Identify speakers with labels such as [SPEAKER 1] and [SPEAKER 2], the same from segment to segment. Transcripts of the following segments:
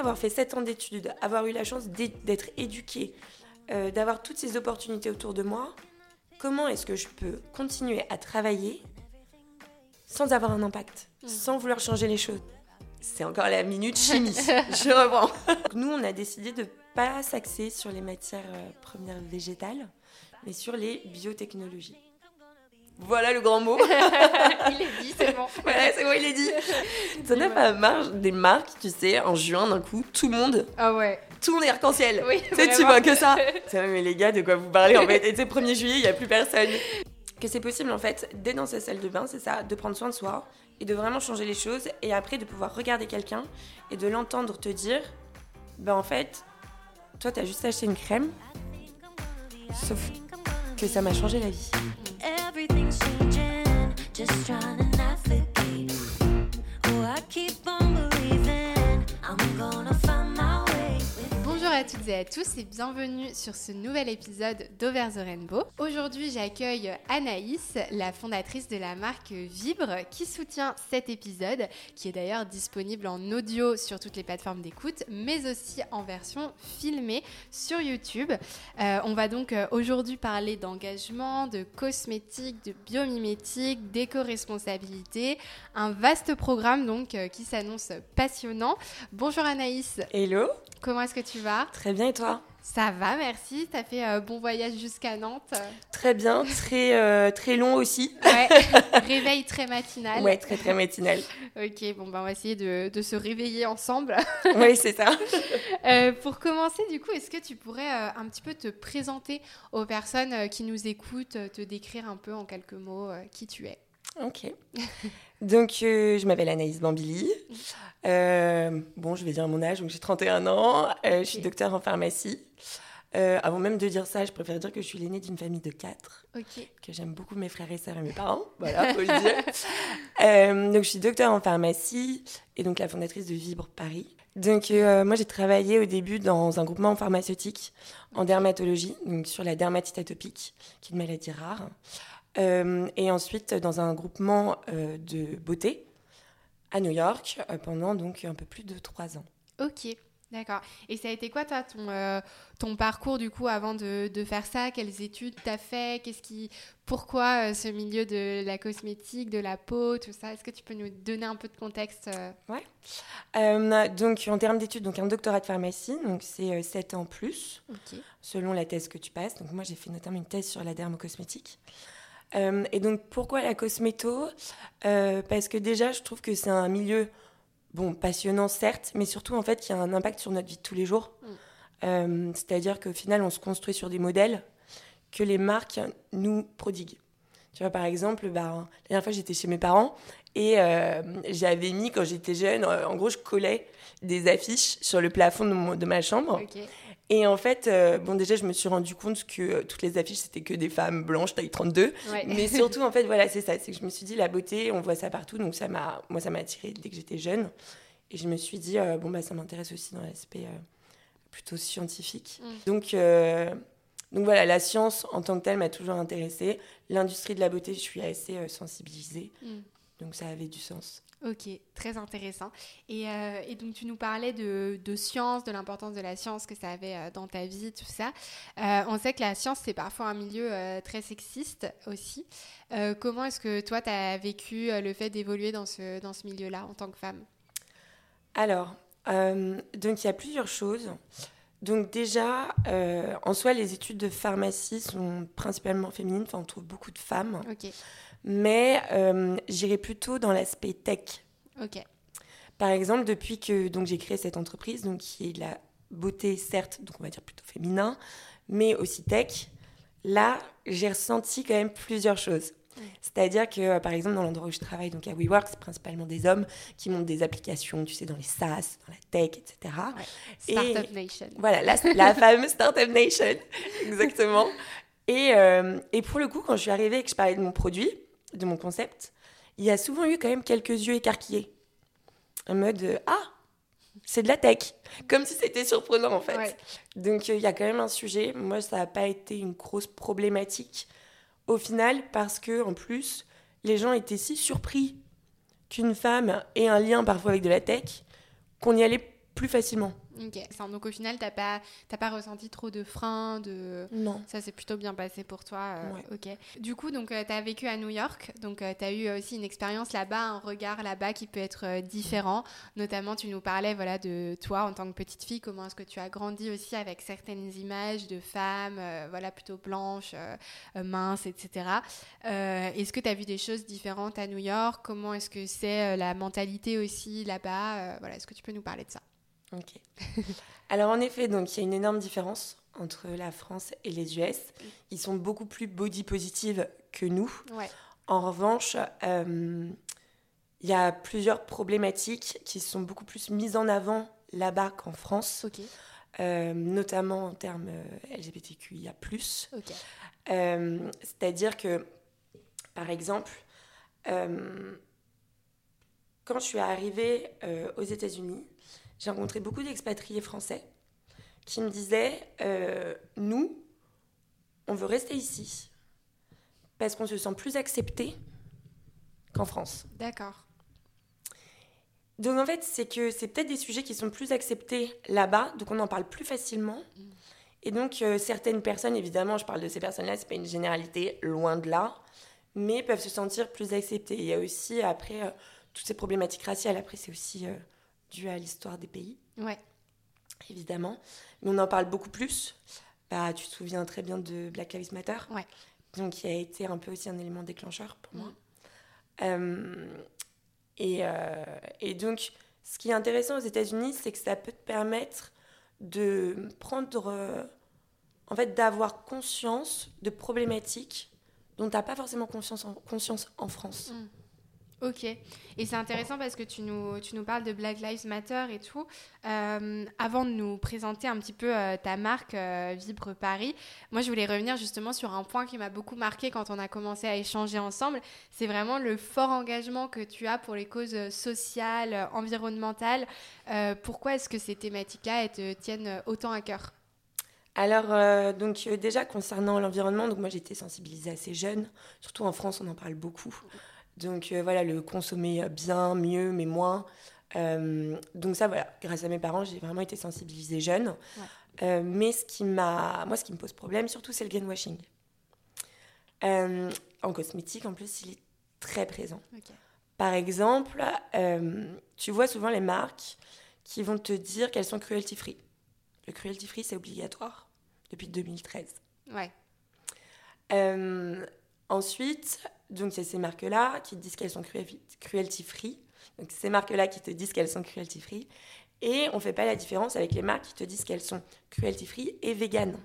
[SPEAKER 1] avoir fait 7 ans d'études, avoir eu la chance d'être éduquée, d'avoir toutes ces opportunités autour de moi, comment est-ce que je peux continuer à travailler sans avoir un impact, sans vouloir changer les choses? C'est encore la minute chimie, je reprends. Nous, on a décidé de ne pas s'axer sur les matières premières végétales, mais sur les biotechnologies. Voilà le grand mot.
[SPEAKER 2] Il est dit, c'est bon.
[SPEAKER 1] Voilà, c'est bon, il est dit. Ça n'a pas marche des marques, tu sais, en juin, d'un coup, tout le monde est arc-en-ciel.
[SPEAKER 2] Oui,
[SPEAKER 1] tu sais, tu vois que ça. Mais les gars, de quoi vous parlez en fait? Et tu sais, 1er juillet, il n'y a plus personne. Que c'est possible en fait, dès dans sa salle de bain, c'est ça, de prendre soin de soi et de vraiment changer les choses et après de pouvoir regarder quelqu'un et de l'entendre te dire en fait, toi t'as juste acheté une crème, sauf que ça m'a changé la vie. Everything's changing, just trying to navigate. Oh, I keep on believing I'm gonna find my way.
[SPEAKER 2] Bonjour à toutes et à tous et bienvenue sur ce nouvel épisode d'Over the Rainbow. Aujourd'hui, j'accueille Anaïs, la fondatrice de la marque Vibre, qui soutient cet épisode, qui est d'ailleurs disponible en audio sur toutes les plateformes d'écoute, mais aussi en version filmée sur YouTube. On va donc aujourd'hui parler d'engagement, de cosmétique, de biomimétique, d'éco-responsabilité, un vaste programme donc qui s'annonce passionnant. Bonjour Anaïs.
[SPEAKER 1] Hello.
[SPEAKER 2] Comment est-ce que tu vas ?
[SPEAKER 1] Très bien, et toi ?
[SPEAKER 2] Ça va, merci. T'as fait bon voyage jusqu'à Nantes.
[SPEAKER 1] Très bien, très long aussi.
[SPEAKER 2] Ouais, réveil très matinal.
[SPEAKER 1] Ouais, très matinal.
[SPEAKER 2] Ok, bon, on va essayer de se réveiller ensemble.
[SPEAKER 1] Oui, c'est ça.
[SPEAKER 2] Pour commencer, du coup, est-ce que tu pourrais un petit peu te présenter aux personnes qui nous écoutent, te décrire un peu en quelques mots qui tu es ?
[SPEAKER 1] Ok. Donc, je m'appelle Anaïs Bambili. Je vais dire mon âge, donc j'ai 31 ans. Je suis docteur en pharmacie. Avant même de dire ça, je préfère dire que je suis l'aînée d'une famille de 4.
[SPEAKER 2] Okay.
[SPEAKER 1] Que j'aime beaucoup mes frères et sœurs et mes parents. Voilà, faut le dire. Donc, je suis docteur en pharmacie et donc la fondatrice de Vibre Paris. Donc, moi, j'ai travaillé au début dans un groupement pharmaceutique en dermatologie, donc sur la dermatite atopique, qui est une maladie rare. Et ensuite dans un groupement de beauté à New York pendant donc un peu plus de 3 ans.
[SPEAKER 2] Ok, d'accord. Et ça a été quoi toi ton parcours du coup avant de faire ça ? Quelles études t'as fait ? Pourquoi ce milieu de la cosmétique, de la peau, tout ça ? Est-ce que tu peux nous donner un peu de contexte ?
[SPEAKER 1] Ouais. Donc en termes d'études, donc un doctorat de pharmacie, donc c'est 7 ans plus, selon la thèse que tu passes. Donc moi j'ai fait notamment une thèse sur la dermocosmétique. Et donc, pourquoi la cosméto ? Parce que déjà, je trouve que c'est un milieu, passionnant certes, mais surtout, en fait, qui a un impact sur notre vie de tous les jours. C'est-à-dire qu'au final, on se construit sur des modèles que les marques nous prodiguent. Tu vois, par exemple, la dernière fois, j'étais chez mes parents et j'avais mis, quand j'étais jeune, en gros, je collais des affiches sur le plafond de ma chambre.
[SPEAKER 2] Okay.
[SPEAKER 1] Et en fait, déjà, je me suis rendu compte que toutes les affiches, c'était que des femmes blanches, taille 32. Ouais. Mais surtout, en fait, voilà, c'est ça. C'est que je me suis dit, la beauté, on voit ça partout. Donc, ça m'a attirée dès que j'étais jeune. Et je me suis dit, ça m'intéresse aussi dans l'aspect plutôt scientifique. Donc, voilà, la science, en tant que telle, m'a toujours intéressée. L'industrie de la beauté, je suis assez sensibilisée. Donc, ça avait du sens.
[SPEAKER 2] Ok, très intéressant. Et donc, tu nous parlais de science, de l'importance de la science que ça avait dans ta vie, tout ça. On sait que la science, c'est parfois un milieu très sexiste aussi. Comment est-ce que toi, tu as vécu le fait d'évoluer dans ce milieu-là en tant que femme ?
[SPEAKER 1] Alors, donc il y a plusieurs choses. Donc déjà, en soi, les études de pharmacie sont principalement féminines. Enfin, on trouve beaucoup de femmes.
[SPEAKER 2] Ok.
[SPEAKER 1] Mais j'irai plutôt dans l'aspect tech.
[SPEAKER 2] Ok.
[SPEAKER 1] Par exemple, depuis que j'ai créé cette entreprise, donc, qui est de la beauté, certes, donc on va dire plutôt féminin, mais aussi tech, là, j'ai ressenti quand même plusieurs choses. C'est-à-dire que, par exemple, dans l'endroit où je travaille, donc à WeWork, c'est principalement des hommes qui montent des applications, tu sais, dans les SaaS, dans la tech, etc.
[SPEAKER 2] Ouais. Startup Nation.
[SPEAKER 1] Voilà, la fameuse Startup Nation, exactement. Et pour le coup, quand je suis arrivée et que je parlais de mon produit, de mon concept, il y a souvent eu quand même quelques yeux écarquillés. En mode, c'est de la tech. Comme si c'était surprenant, en fait. Ouais. Donc, il y a quand même un sujet. Moi, ça n'a pas été une grosse problématique, au final, parce que en plus, les gens étaient si surpris qu'une femme ait un lien parfois avec de la tech, qu'on y allait plus facilement.
[SPEAKER 2] Ok. Donc au final, t'as pas ressenti trop de freins,
[SPEAKER 1] Non.
[SPEAKER 2] Ça s'est plutôt bien passé pour toi.
[SPEAKER 1] Ouais.
[SPEAKER 2] Ok. Du coup, donc t'as vécu à New York, donc t'as eu aussi une expérience là-bas, un regard là-bas qui peut être différent. Notamment, tu nous parlais voilà de toi en tant que petite fille, comment est-ce que tu as grandi aussi avec certaines images de femmes, voilà plutôt blanches, minces, etc. Est-ce que tu as vu des choses différentes à New York? Comment est-ce que c'est la mentalité aussi là-bas? Voilà, est-ce que tu peux nous parler de ça?
[SPEAKER 1] Ok. Alors en effet, donc il y a une énorme différence entre la France et les US. Ils sont beaucoup plus body positive que nous.
[SPEAKER 2] Ouais.
[SPEAKER 1] En revanche, il y a plusieurs problématiques qui sont beaucoup plus mises en avant là-bas qu'en France,
[SPEAKER 2] Ok.
[SPEAKER 1] notamment en termes LGBTQIA+.
[SPEAKER 2] Ok.
[SPEAKER 1] C'est-à-dire que, par exemple, quand je suis arrivée aux États-Unis, j'ai rencontré beaucoup d'expatriés français qui me disaient nous, on veut rester ici parce qu'on se sent plus accepté qu'en France.
[SPEAKER 2] D'accord.
[SPEAKER 1] Donc en fait, c'est que c'est peut-être des sujets qui sont plus acceptés là-bas, donc on en parle plus facilement. Et donc certaines personnes, évidemment, je parle de ces personnes-là, c'est pas une généralité, loin de là, mais peuvent se sentir plus acceptées. Il y a aussi après toutes ces problématiques raciales, après c'est aussi dû à l'histoire des pays.
[SPEAKER 2] Ouais.
[SPEAKER 1] Évidemment, mais on en parle beaucoup plus. Bah, tu te souviens très bien de Black Lives Matter,
[SPEAKER 2] Ouais.
[SPEAKER 1] donc qui a été un peu aussi un élément déclencheur pour moi. Et donc, ce qui est intéressant aux États-Unis, c'est que ça peut te permettre de prendre, en fait, d'avoir conscience de problématiques dont tu n'as pas forcément conscience en France.
[SPEAKER 2] Ok. Et c'est intéressant parce que tu nous parles de Black Lives Matter et tout. Avant de nous présenter un petit peu ta marque Vibre Paris, moi je voulais revenir justement sur un point qui m'a beaucoup marqué quand on a commencé à échanger ensemble. C'est vraiment le fort engagement que tu as pour les causes sociales, environnementales. Pourquoi est-ce que ces thématiques-là te tiennent autant à cœur ?
[SPEAKER 1] Alors, déjà concernant l'environnement, donc moi j'étais sensibilisée assez jeune, surtout en France on en parle beaucoup. Donc voilà, le consommer bien, mieux, mais moins. Donc ça, voilà, grâce à mes parents, j'ai vraiment été sensibilisée jeune. Ouais. Mais ce qui me pose problème, surtout, c'est le greenwashing. En cosmétique, en plus, il est très présent. Okay. Par exemple, tu vois souvent les marques qui vont te dire qu'elles sont cruelty-free. Le cruelty-free, c'est obligatoire depuis 2013.
[SPEAKER 2] Ouais.
[SPEAKER 1] Ensuite, donc c'est ces marques-là qui te disent qu'elles sont cruelty-free. Donc ces marques-là qui te disent qu'elles sont cruelty-free. Et on ne fait pas la différence avec les marques qui te disent qu'elles sont cruelty-free et vegan.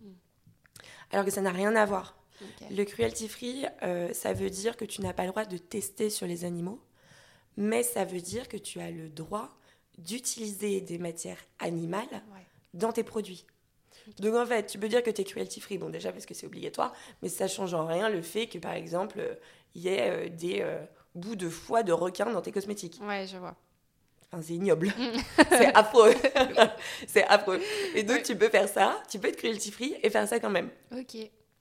[SPEAKER 1] Alors que ça n'a rien à voir. Okay. Le cruelty-free, ça veut dire que tu n'as pas le droit de tester sur les animaux, mais ça veut dire que tu as le droit d'utiliser des matières animales dans tes produits. Donc en fait, tu peux dire que tu es cruelty free, bon déjà parce que c'est obligatoire, mais ça change en rien le fait que par exemple, il y ait des bouts de foie de requin dans tes cosmétiques.
[SPEAKER 2] Ouais, je vois.
[SPEAKER 1] Enfin, c'est ignoble. C'est affreux. C'est affreux. Et donc tu peux faire ça, tu peux être cruelty free et faire ça quand même.
[SPEAKER 2] Ok.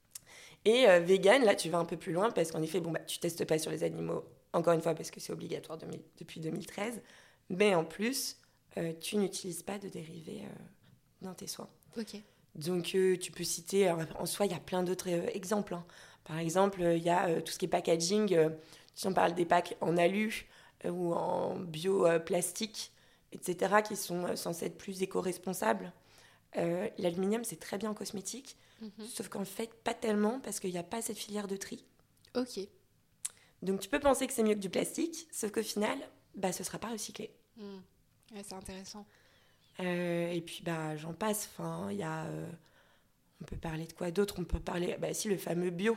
[SPEAKER 1] Et vegan, là tu vas un peu plus loin parce qu'en effet, tu testes pas sur les animaux, encore une fois parce que c'est obligatoire depuis 2013, mais en plus, tu n'utilises pas de dérivés dans tes soins.
[SPEAKER 2] Ok.
[SPEAKER 1] Donc, tu peux citer... Alors, en soi, il y a plein d'autres exemples. Hein. Par exemple, il y a tout ce qui est packaging. Si on parle des packs en alu ou en bioplastique, etc., qui sont censés être plus éco-responsables. L'aluminium, c'est très bien en cosmétique, sauf qu'en fait, pas tellement, parce qu'il n'y a pas cette filière de tri.
[SPEAKER 2] Ok.
[SPEAKER 1] Donc, tu peux penser que c'est mieux que du plastique, sauf qu'au final, ce ne sera pas recyclé.
[SPEAKER 2] Ouais, c'est intéressant.
[SPEAKER 1] Et puis j'en passe, enfin, il y a on peut parler de quoi d'autre, on peut parler le fameux bio.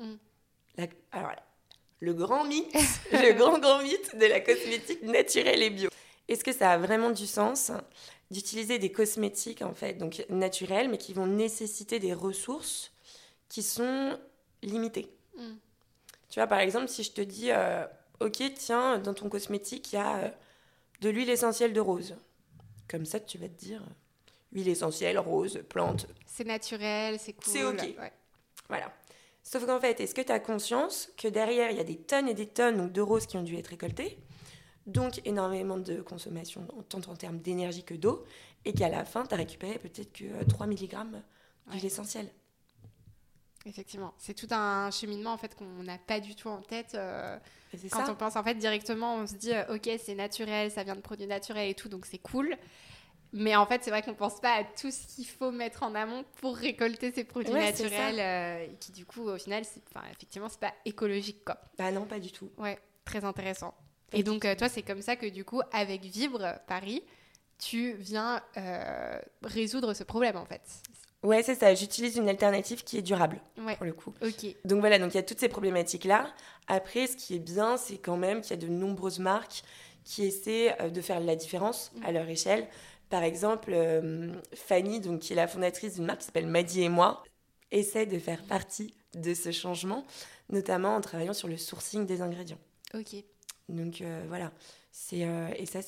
[SPEAKER 1] Alors le grand mythe grand mythe de la cosmétique naturelle et bio. Est-ce que ça a vraiment du sens d'utiliser des cosmétiques en fait donc naturels mais qui vont nécessiter des ressources qui sont limitées? Tu vois, par exemple, si je te dis ok, tiens, dans ton cosmétique il y a de l'huile essentielle de rose. Comme ça, tu vas te dire huile essentielle, rose, plante.
[SPEAKER 2] C'est naturel, c'est cool.
[SPEAKER 1] C'est OK. Ouais. Voilà. Sauf qu'en fait, est-ce que tu as conscience que derrière, il y a des tonnes et des tonnes de roses qui ont dû être récoltées, donc énormément de consommation, tant en termes d'énergie que d'eau, et qu'à la fin, tu as récupéré peut-être que 3 mg d'huile essentielle.
[SPEAKER 2] Effectivement, c'est tout un cheminement en fait qu'on n'a pas du tout en tête. Quand
[SPEAKER 1] ça.
[SPEAKER 2] On pense en fait directement, on se dit ok, c'est naturel, ça vient de produits naturels et tout, donc c'est cool. Mais en fait, c'est vrai qu'on ne pense pas à tout ce qu'il faut mettre en amont pour récolter ces produits naturels qui, du coup, au final, effectivement, c'est pas écologique, quoi.
[SPEAKER 1] Bah non, pas du tout.
[SPEAKER 2] Ouais, très intéressant. Et donc, toi, c'est comme ça que, du coup, avec Vibre Paris, tu viens résoudre ce problème, en fait.
[SPEAKER 1] Ouais, c'est ça. J'utilise une alternative qui est durable, pour le coup.
[SPEAKER 2] Ok.
[SPEAKER 1] Donc voilà, donc il y a toutes ces problématiques-là. Après, ce qui est bien, c'est quand même qu'il y a de nombreuses marques qui essaient de faire la différence à leur échelle. Par exemple, Fanny, donc, qui est la fondatrice d'une marque qui s'appelle Maddy et moi, essaie de faire partie de ce changement, notamment en travaillant sur le sourcing des ingrédients.
[SPEAKER 2] Ok.
[SPEAKER 1] Donc voilà, et ça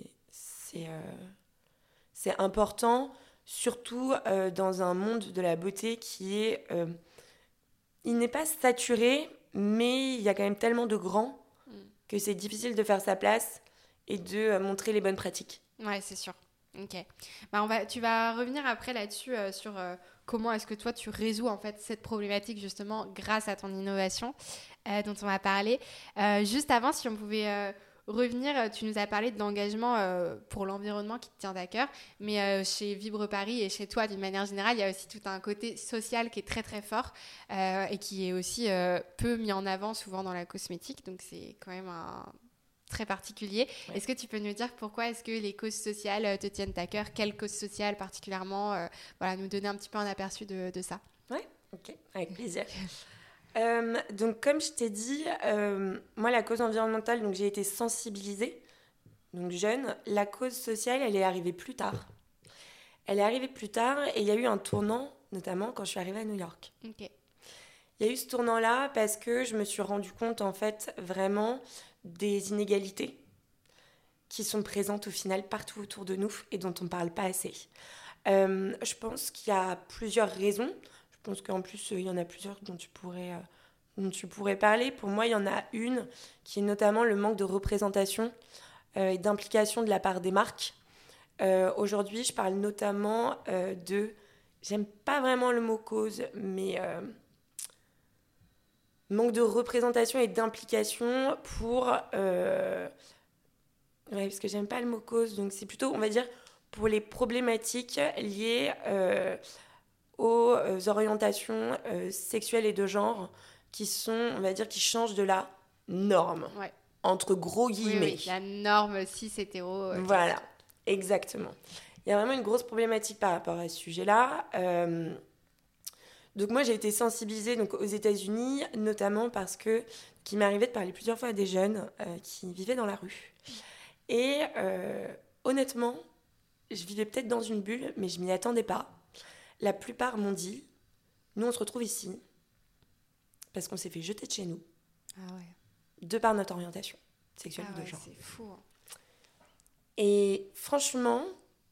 [SPEAKER 1] c'est important, surtout dans un monde de la beauté qui est... il n'est pas saturé, mais il y a quand même tellement de grands que c'est difficile de faire sa place et de montrer les bonnes pratiques.
[SPEAKER 2] Ouais, c'est sûr. Ok. Bah tu vas revenir après là-dessus sur comment est-ce que toi tu résous en fait cette problématique justement grâce à ton innovation dont on va parler. Juste avant, si on pouvait revenir, tu nous as parlé de l'engagement pour l'environnement qui te tient à cœur, mais chez Vibre Paris et chez toi d'une manière générale, il y a aussi tout un côté social qui est très très fort et qui est aussi peu mis en avant souvent dans la cosmétique, donc c'est quand même un très particulier. Ouais. Est-ce que tu peux nous dire pourquoi est-ce que les causes sociales te tiennent à cœur? Quelles causes sociales particulièrement? Voilà, nous donner un petit peu un aperçu de ça.
[SPEAKER 1] Oui, ok, avec plaisir. Donc comme je t'ai dit, moi la cause environnementale, donc j'ai été sensibilisée, donc jeune. La cause sociale, elle est arrivée plus tard. Elle est arrivée plus tard et il y a eu un tournant, notamment quand je suis arrivée à New York.
[SPEAKER 2] Ok.
[SPEAKER 1] Il y a eu ce tournant-là parce que je me suis rendu compte en fait vraiment des inégalités qui sont présentes au final partout autour de nous et dont on ne parle pas assez. Je pense qu'il y a plusieurs raisons. Je pense qu'en plus, il y en a plusieurs dont tu pourrais parler. Pour moi, il y en a une qui est notamment le manque de représentation et d'implication de la part des marques. Aujourd'hui, je parle notamment de... J'aime pas vraiment le mot cause, mais... manque de représentation et d'implication pour... Ouais, parce que j'aime pas le mot cause, donc c'est plutôt, on va dire, pour les problématiques liées aux orientations sexuelles et de genre qui sont, on va dire, qui changent de la norme.
[SPEAKER 2] Ouais.
[SPEAKER 1] Entre gros guillemets.
[SPEAKER 2] Oui, la norme cis hétéro.
[SPEAKER 1] Voilà, exactement. Il y a vraiment une grosse problématique par rapport à ce sujet-là. Donc moi, j'ai été sensibilisée donc, aux États-Unis, notamment parce que qu'il m'arrivait de parler plusieurs fois à des jeunes qui vivaient dans la rue. Et honnêtement, je vivais peut-être dans une bulle, mais je m'y attendais pas. La plupart m'ont dit, nous on se retrouve ici, parce qu'on s'est fait jeter de chez nous, de par notre orientation sexuelle ou de genre.
[SPEAKER 2] C'est fou. Hein.
[SPEAKER 1] Et franchement,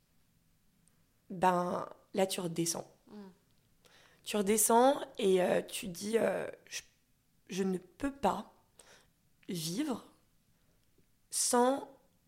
[SPEAKER 1] là tu redescends. Tu redescends et tu te dis, je ne peux pas vivre sans...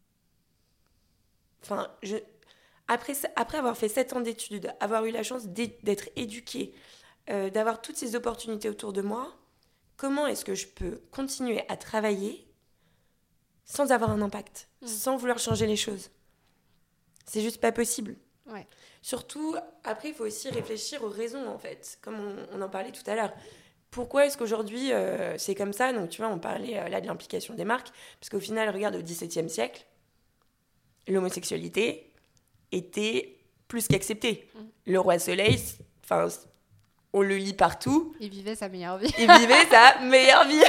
[SPEAKER 1] Enfin, après avoir fait 7 ans d'études, avoir eu la chance d'être éduquée, d'avoir toutes ces opportunités autour de moi, comment est-ce que je peux continuer à travailler sans avoir un impact, sans vouloir changer les choses? C'est juste pas possible.
[SPEAKER 2] Ouais.
[SPEAKER 1] Surtout, après, il faut aussi réfléchir aux raisons, en fait, comme on en parlait tout à l'heure. Pourquoi est-ce qu'aujourd'hui, c'est comme ça? Donc, tu vois, on parlait là de l'implication des marques, parce qu'au final, regarde, au XVIIe siècle, l'homosexualité était plus qu'acceptée. Le roi Soleil, on le lit partout.
[SPEAKER 2] Il vivait sa meilleure vie.
[SPEAKER 1] Il vivait sa meilleure vie.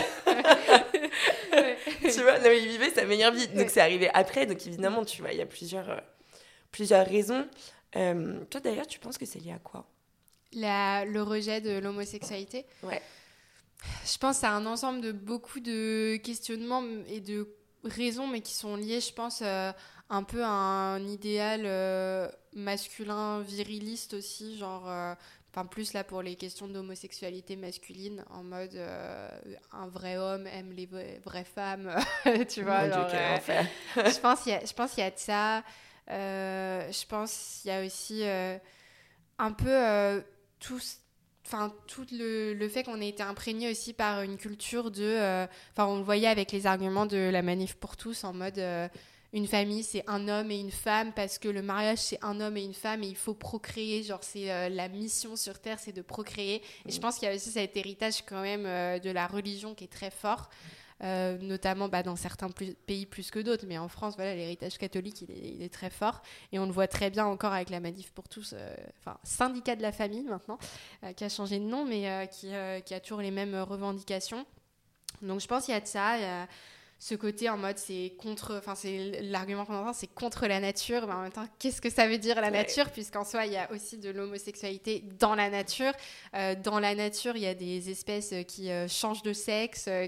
[SPEAKER 1] Tu vois, non, mais il vivait sa meilleure vie. Donc, c'est arrivé après. Donc, évidemment, tu vois, il y a plusieurs raisons. Toi, d'ailleurs, tu penses que c'est lié à quoi?
[SPEAKER 2] Le rejet de l'homosexualité.
[SPEAKER 1] Ouais.
[SPEAKER 2] Je pense à un ensemble de beaucoup de questionnements et de raisons, mais qui sont liées, je pense, un peu à un idéal masculin viriliste aussi, genre plus là pour les questions d'homosexualité masculine, en mode un vrai homme aime les vraies femmes, tu vois.
[SPEAKER 1] Mon Dieu, quel enfer.
[SPEAKER 2] je pense qu'il y a de ça. Je pense qu'il y a aussi un peu tout le fait qu'on ait été imprégné aussi par une culture de... on le voyait avec les arguments de la Manif pour tous, en mode une famille, c'est un homme et une femme, parce que le mariage, c'est un homme et une femme, et il faut procréer. Genre, c'est la mission sur Terre, c'est de procréer. Et je pense qu'il y a aussi cet héritage quand même de la religion qui est très fort. Notamment dans certains pays plus que d'autres, mais en France, voilà, l'héritage catholique il est très fort, et on le voit très bien encore avec la Manif pour tous, syndicat de la famille maintenant, qui a changé de nom, mais qui a toujours les mêmes revendications. Donc je pense qu'il y a de ça, il y a ce côté en mode c'est l'argument qu'on entend, c'est contre la nature, mais en même temps qu'est-ce que ça veut dire la nature, puisqu'en soi il y a aussi de l'homosexualité dans la nature. Dans la nature il y a des espèces qui changent de sexe, en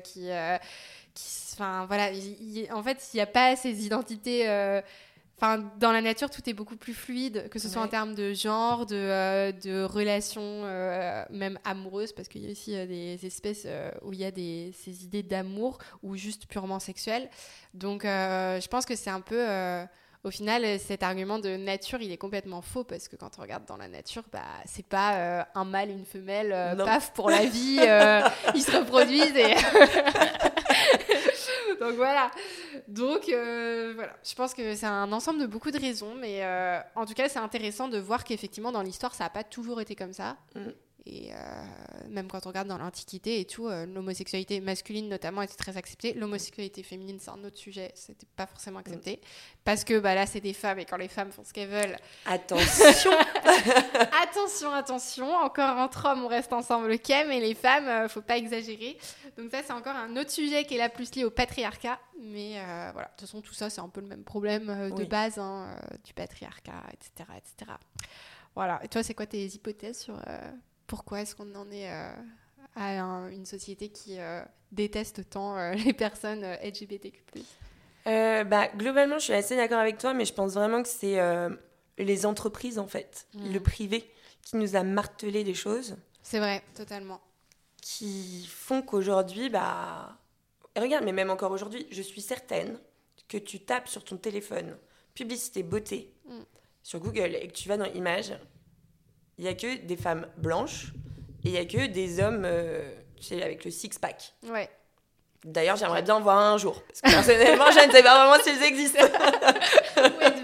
[SPEAKER 2] fait il n'y a pas ces identités dans la nature, tout est beaucoup plus fluide, que ce soit en termes de genre, de relations, même amoureuses, parce qu'il y a aussi des espèces où il y a ces idées d'amour, ou juste purement sexuelles. Donc, je pense que c'est un peu... au final, cet argument de nature, il est complètement faux, parce que quand on regarde dans la nature, c'est pas un mâle, une femelle, paf, pour la vie, ils se reproduisent et... Donc voilà. Je pense que c'est un ensemble de beaucoup de raisons, mais en tout cas, c'est intéressant de voir qu'effectivement, dans l'histoire, ça n'a pas toujours été comme ça. Et même quand on regarde dans l'Antiquité et tout, l'homosexualité masculine notamment était très acceptée. L'homosexualité féminine, c'est un autre sujet, c'était pas forcément accepté. Parce que là, c'est des femmes, et quand les femmes font ce qu'elles veulent...
[SPEAKER 1] Attention.
[SPEAKER 2] Attention, encore entre hommes, on reste ensemble le kem, et les femmes, faut pas exagérer. Donc ça, c'est encore un autre sujet qui est là plus lié au patriarcat. Mais voilà, de toute façon, tout ça, c'est un peu le même problème de base, du patriarcat, etc., etc. Voilà. Et toi, c'est quoi tes hypothèses sur... pourquoi est-ce qu'on en est à une société qui déteste tant les personnes LGBTQ+.
[SPEAKER 1] Globalement, je suis assez d'accord avec toi, mais je pense vraiment que c'est les entreprises, en fait, le privé, qui nous a martelé des choses.
[SPEAKER 2] C'est vrai, totalement.
[SPEAKER 1] Qui font qu'aujourd'hui, regarde, mais même encore aujourd'hui, je suis certaine que tu tapes sur ton téléphone publicité beauté sur Google et que tu vas dans Images, il n'y a que des femmes blanches et il n'y a que des hommes avec le six-pack.
[SPEAKER 2] Ouais.
[SPEAKER 1] D'ailleurs, j'aimerais bien en voir un jour. Parce que personnellement, je ne sais pas vraiment s'ils existent.
[SPEAKER 2] Où êtes-vous ?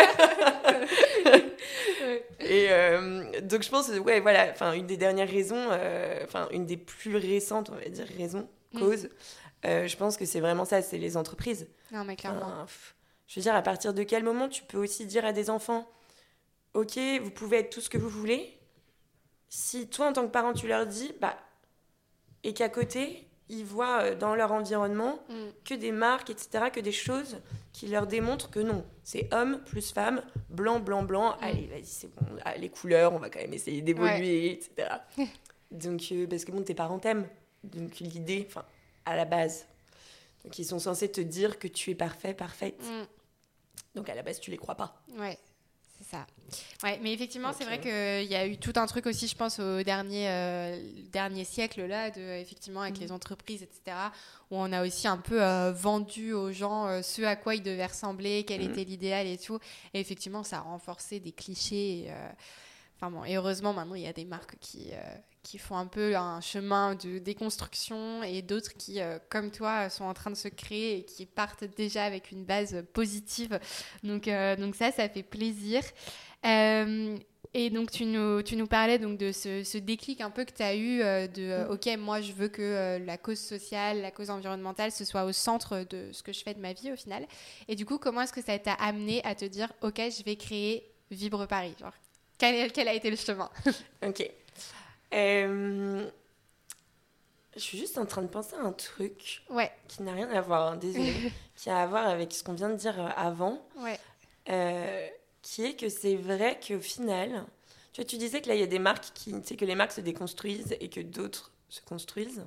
[SPEAKER 1] Et donc, je pense, une des dernières raisons, une des plus récentes, on va dire, causes, je pense que c'est vraiment ça, c'est les entreprises.
[SPEAKER 2] Non, mais clairement.
[SPEAKER 1] Je veux dire, à partir de quel moment tu peux aussi dire à des enfants... Ok, vous pouvez être tout ce que vous voulez. Si toi, en tant que parent, tu leur dis, et qu'à côté, ils voient dans leur environnement que des marques, etc., que des choses qui leur démontrent que non, c'est homme plus femme, blanc, blanc, blanc, allez, vas-y, c'est bon, les couleurs, on va quand même essayer d'évoluer, etc. Donc, parce que tes parents t'aiment. Donc, l'idée, à la base. Donc, ils sont censés te dire que tu es parfait, parfaite. Donc, à la base, tu les crois pas.
[SPEAKER 2] Ouais. C'est ça. Ouais, mais effectivement, c'est vrai qu'il y a eu tout un truc aussi, je pense, au dernier siècle, là, effectivement, avec les entreprises, etc., où on a aussi un peu vendu aux gens ce à quoi ils devaient ressembler, quel était l'idéal et tout. Et effectivement, ça a renforcé des clichés. Et heureusement, maintenant, il y a des marques qui font un peu un chemin de déconstruction, et d'autres qui, comme toi, sont en train de se créer et qui partent déjà avec une base positive. Donc ça fait plaisir. Et donc, tu nous parlais donc, de ce déclic un peu que tu as eu OK, moi, je veux que la cause sociale, la cause environnementale, ce soit au centre de ce que je fais de ma vie, au final. Et du coup, comment est-ce que ça t'a amené à te dire OK, je vais créer Vibre Paris, genre, quel a été le chemin?
[SPEAKER 1] OK. Je suis juste en train de penser à un truc qui n'a rien à voir, désolée, qui a à voir avec ce qu'on vient de dire avant, qui est que c'est vrai qu'au final, tu disais que là, il y a des marques que les marques se déconstruisent et que d'autres se construisent.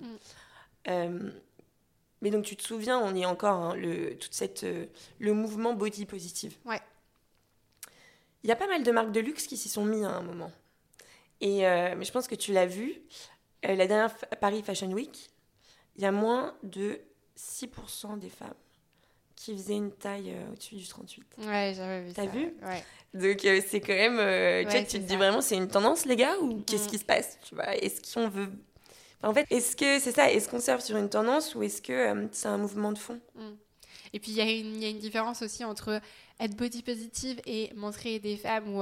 [SPEAKER 1] Mais donc, tu te souviens, on y est encore, le mouvement body positive.
[SPEAKER 2] Ouais.
[SPEAKER 1] Il y a pas mal de marques de luxe qui s'y sont mis à un moment. Mais je pense que tu l'as vu, la dernière Paris Fashion Week, il y a moins de 6% des femmes qui faisaient une taille au-dessus du 38.
[SPEAKER 2] Ouais, j'avais vu ça.
[SPEAKER 1] T'as vu ?
[SPEAKER 2] Ouais.
[SPEAKER 1] Donc c'est quand même... tu te dis vraiment, c'est une tendance, les gars, ou qu'est-ce qui se passe, tu vois ? Est-ce qu'on veut... Enfin, en fait, est-ce que c'est ça ? Est-ce qu'on surfe sur une tendance ou est-ce que c'est un mouvement de fond ?
[SPEAKER 2] Et puis, il y a une différence aussi entre être body positive et montrer des femmes où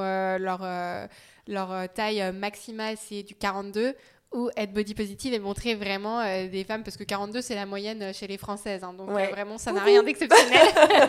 [SPEAKER 2] leur taille maximale, c'est du 42, ou être body positive et montrer vraiment des femmes, parce que 42, c'est la moyenne chez les Françaises. Hein, donc, vraiment, ça n'a rien d'exceptionnel.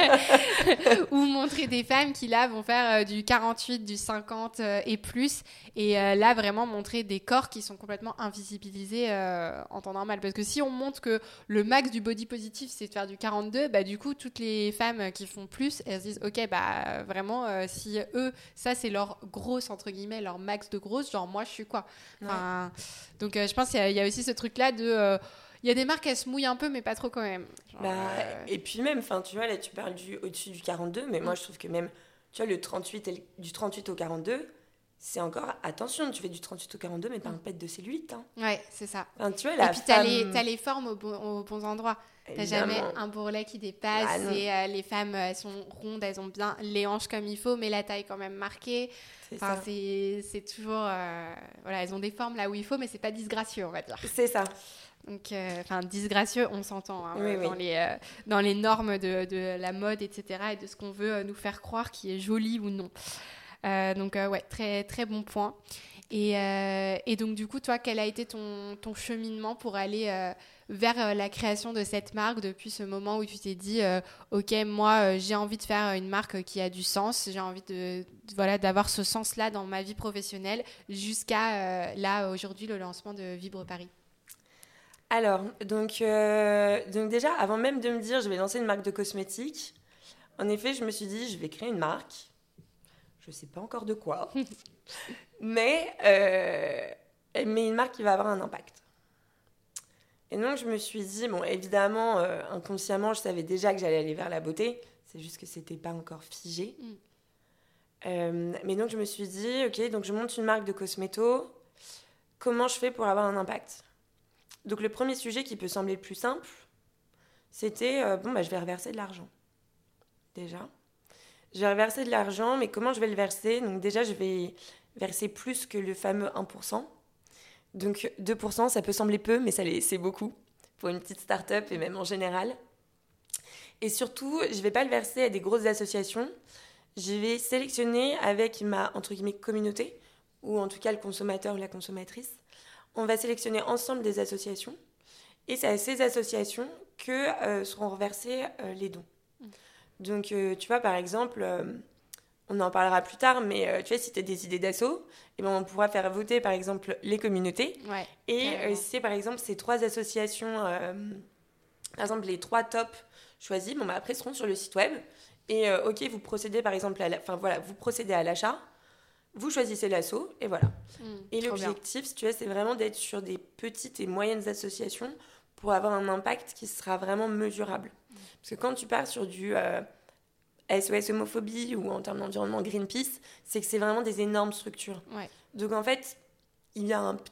[SPEAKER 2] Ou montrer des femmes qui, là, vont faire du 48, du 50 et plus. Et là, vraiment, montrer des corps qui sont complètement invisibilisés en temps normal. Parce que si on montre que le max du body positive, c'est de faire du 42, bah, du coup, toutes les femmes qui font plus, elles se disent, OK, bah, vraiment, si eux, ça, c'est leur grosse, entre guillemets, leur max de grosse, genre, moi, je suis quoi ? Enfin, donc, je pense qu'il y a aussi ce truc-là de... Il y a des marques, elles se mouillent un peu, mais pas trop quand même. Genre,
[SPEAKER 1] Et puis même, tu vois, là, tu parles au-dessus du 42, mais moi, je trouve que même, tu vois, du 38 au 42, c'est encore... Attention, tu fais du 38 au 42, mais pas un pet de cellulite. Hein.
[SPEAKER 2] Ouais, c'est ça.
[SPEAKER 1] Enfin, tu vois,
[SPEAKER 2] et puis, t'as les formes aux bons endroits. T'as jamais un bourrelet qui dépasse. Les femmes, elles sont rondes, elles ont bien les hanches comme il faut, mais la taille quand même marquée. C'est toujours... voilà, elles ont des formes là où il faut, mais c'est pas disgracieux, on va dire.
[SPEAKER 1] C'est ça.
[SPEAKER 2] Donc, disgracieux, on s'entend dans les normes de la mode, etc., et de ce qu'on veut nous faire croire qui est joli ou non. Donc, très, très bon point. Et donc, du coup, toi, quel a été ton cheminement pour aller vers la création de cette marque depuis ce moment où tu t'es dit OK, moi, j'ai envie de faire une marque qui a du sens, j'ai envie d'avoir ce sens-là dans ma vie professionnelle jusqu'à là, aujourd'hui, le lancement de Vibre Paris.
[SPEAKER 1] Alors, donc déjà, avant même de me dire je vais lancer une marque de cosmétiques, en effet, je me suis dit je vais créer une marque. Je sais pas encore de quoi, mais une marque qui va avoir un impact. Et donc, je me suis dit, bon, évidemment, inconsciemment, je savais déjà que j'allais aller vers la beauté, c'est juste que c'était pas encore figé. Mais donc, je me suis dit, OK, donc je monte une marque de cosméto, comment je fais pour avoir un impact ? Donc, le premier sujet qui peut sembler le plus simple, c'était, je vais reverser de l'argent. Déjà. Je vais reverser de l'argent, mais comment je vais le verser ? Donc, déjà, je vais verser plus que le fameux 1%. Donc, 2%, ça peut sembler peu, mais c'est beaucoup pour une petite start-up et même en général. Et surtout, je ne vais pas le verser à des grosses associations. Je vais sélectionner avec ma, entre guillemets, communauté, ou en tout cas le consommateur ou la consommatrice. On va sélectionner ensemble des associations et c'est à ces associations que seront reversés les dons. Donc, tu vois, par exemple, on en parlera plus tard, mais tu vois, si tu as des idées d'asso, on pourra faire voter, par exemple, les communautés.
[SPEAKER 2] Ouais,
[SPEAKER 1] et c'est, par exemple, ces 3 associations, par exemple, les 3 tops choisis, après, seront sur le site web. Et OK, vous procédez, par exemple, vous procédez à l'achat. Vous choisissez l'asso, et voilà. Et l'objectif, si tu veux, c'est vraiment d'être sur des petites et moyennes associations pour avoir un impact qui sera vraiment mesurable. Parce que quand tu pars sur du SOS homophobie ou en termes d'environnement Greenpeace, c'est que c'est vraiment des énormes structures.
[SPEAKER 2] Ouais.
[SPEAKER 1] Donc en fait, il y a un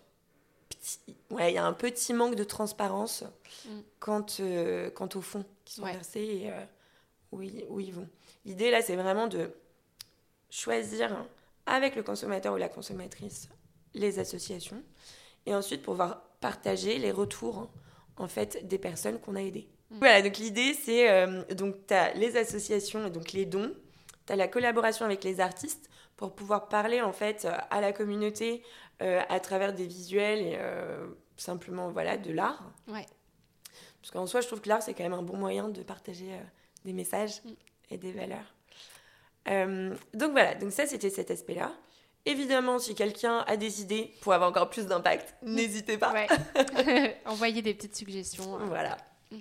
[SPEAKER 1] petit manque de transparence quant aux fonds qui sont versés et où ils vont. L'idée là, c'est vraiment de choisir avec le consommateur ou la consommatrice les associations et ensuite pouvoir partager les retours en fait des personnes qu'on a aidées. Voilà, donc l'idée c'est donc tu as les associations et donc les dons, tu as la collaboration avec les artistes pour pouvoir parler en fait à la communauté à travers des visuels et simplement de l'art.
[SPEAKER 2] Ouais.
[SPEAKER 1] Parce qu'en soi, je trouve que l'art c'est quand même un bon moyen de partager des messages et des valeurs. Donc voilà, donc ça c'était cet aspect-là. Évidemment, si quelqu'un a des idées pour avoir encore plus d'impact, n'hésitez pas.
[SPEAKER 2] Ouais. Envoyez des petites suggestions.
[SPEAKER 1] Voilà.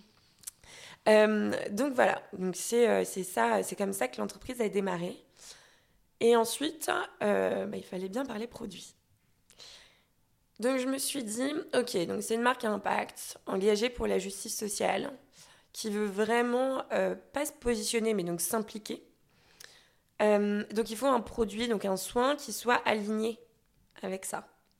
[SPEAKER 1] Donc voilà, donc c'est ça, c'est comme ça que l'entreprise a démarré. Et ensuite, il fallait bien parler produits. Donc je me suis dit, ok, donc c'est une marque à impact, engagée pour la justice sociale, qui veut vraiment pas se positionner, mais donc s'impliquer. Donc il faut un produit, donc un soin qui soit aligné avec ça.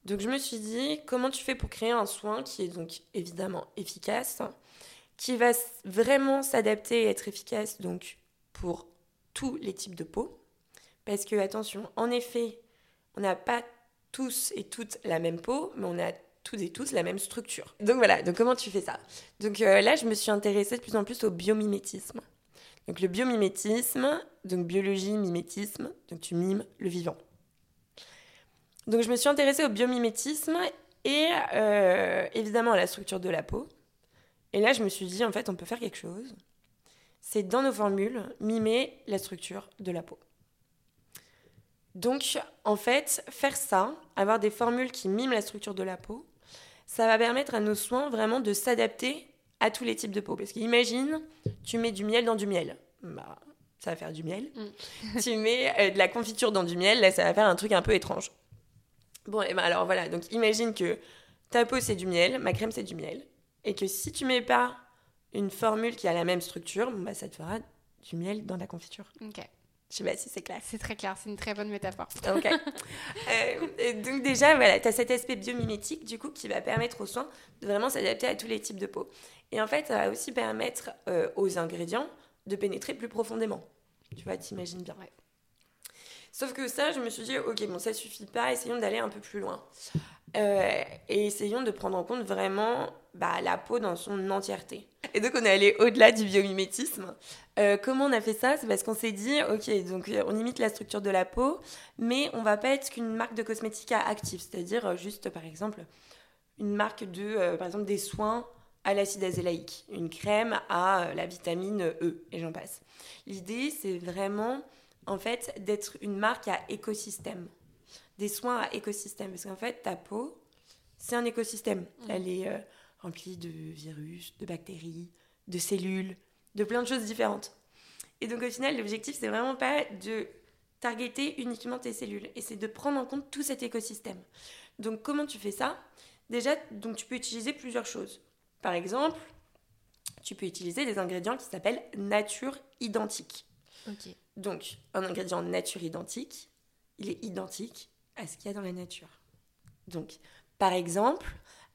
[SPEAKER 1] Donc je me suis dit, comment tu fais pour créer un soin qui est donc évidemment efficace, qui va vraiment s'adapter et être efficace donc pour tous les types de peau. Parce que, attention, en effet, on n'a pas tous et toutes la même peau, mais on a toutes et tous la même structure. Donc voilà, donc comment tu fais ça? Donc là, je me suis intéressée de plus en plus au biomimétisme. Donc le biomimétisme, donc biologie, mimétisme, donc tu mimes le vivant. Donc je me suis intéressée au biomimétisme et évidemment à la structure de la peau. Et là, je me suis dit, en fait, on peut faire quelque chose. C'est dans nos formules, mimer la structure de la peau. Donc, en fait, faire ça, avoir des formules qui miment la structure de la peau, ça va permettre à nos soins vraiment de s'adapter à tous les types de peau. Parce qu'imagine, tu mets du miel dans du miel. Bah, ça va faire du miel. Tu mets de la confiture dans du miel, là, ça va faire un truc un peu étrange. Bon, et ben alors voilà. Donc, imagine que ta peau, c'est du miel, ma crème, c'est du miel. Et que si tu mets pas une formule qui a la même structure, bah, ça te fera du miel dans la confiture.
[SPEAKER 2] Ok.
[SPEAKER 1] Je sais pas si c'est clair.
[SPEAKER 2] C'est très clair, c'est une très bonne métaphore.
[SPEAKER 1] Ok. Donc déjà, voilà, tu as cet aspect biomimétique, du coup, qui va permettre aux soins de vraiment s'adapter à tous les types de peau. Et en fait, ça va aussi permettre aux ingrédients de pénétrer plus profondément. Tu vois, t'imagines bien.
[SPEAKER 2] Ouais.
[SPEAKER 1] Sauf que ça, je me suis dit, ok, bon, ça suffit pas, essayons d'aller un peu plus loin. Et essayons de prendre en compte vraiment la peau dans son entièreté. Et donc, on est allé au-delà du biomimétisme. Comment on a fait ça? C'est parce qu'on s'est dit, ok, donc on imite la structure de la peau, mais on va pas être qu'une marque de cosmétiques active, c'est-à-dire juste, par exemple, une marque de, par exemple, des soins à l'acide azélaïque, une crème à la vitamine E, et j'en passe. L'idée, c'est vraiment, en fait, d'être une marque à écosystème. Des soins à écosystème. Parce qu'en fait, ta peau, c'est un écosystème. Elle est remplie de virus, de bactéries, de cellules, de plein de choses différentes. Et donc, au final, l'objectif, c'est vraiment pas de targeter uniquement tes cellules. Et c'est de prendre en compte tout cet écosystème. Donc, comment tu fais ça? Déjà, donc, tu peux utiliser plusieurs choses. Par exemple, tu peux utiliser des ingrédients qui s'appellent nature identique.
[SPEAKER 2] Ok.
[SPEAKER 1] Donc, un ingrédient nature identique, il est identique à ce qu'il y a dans la nature. Donc, par exemple,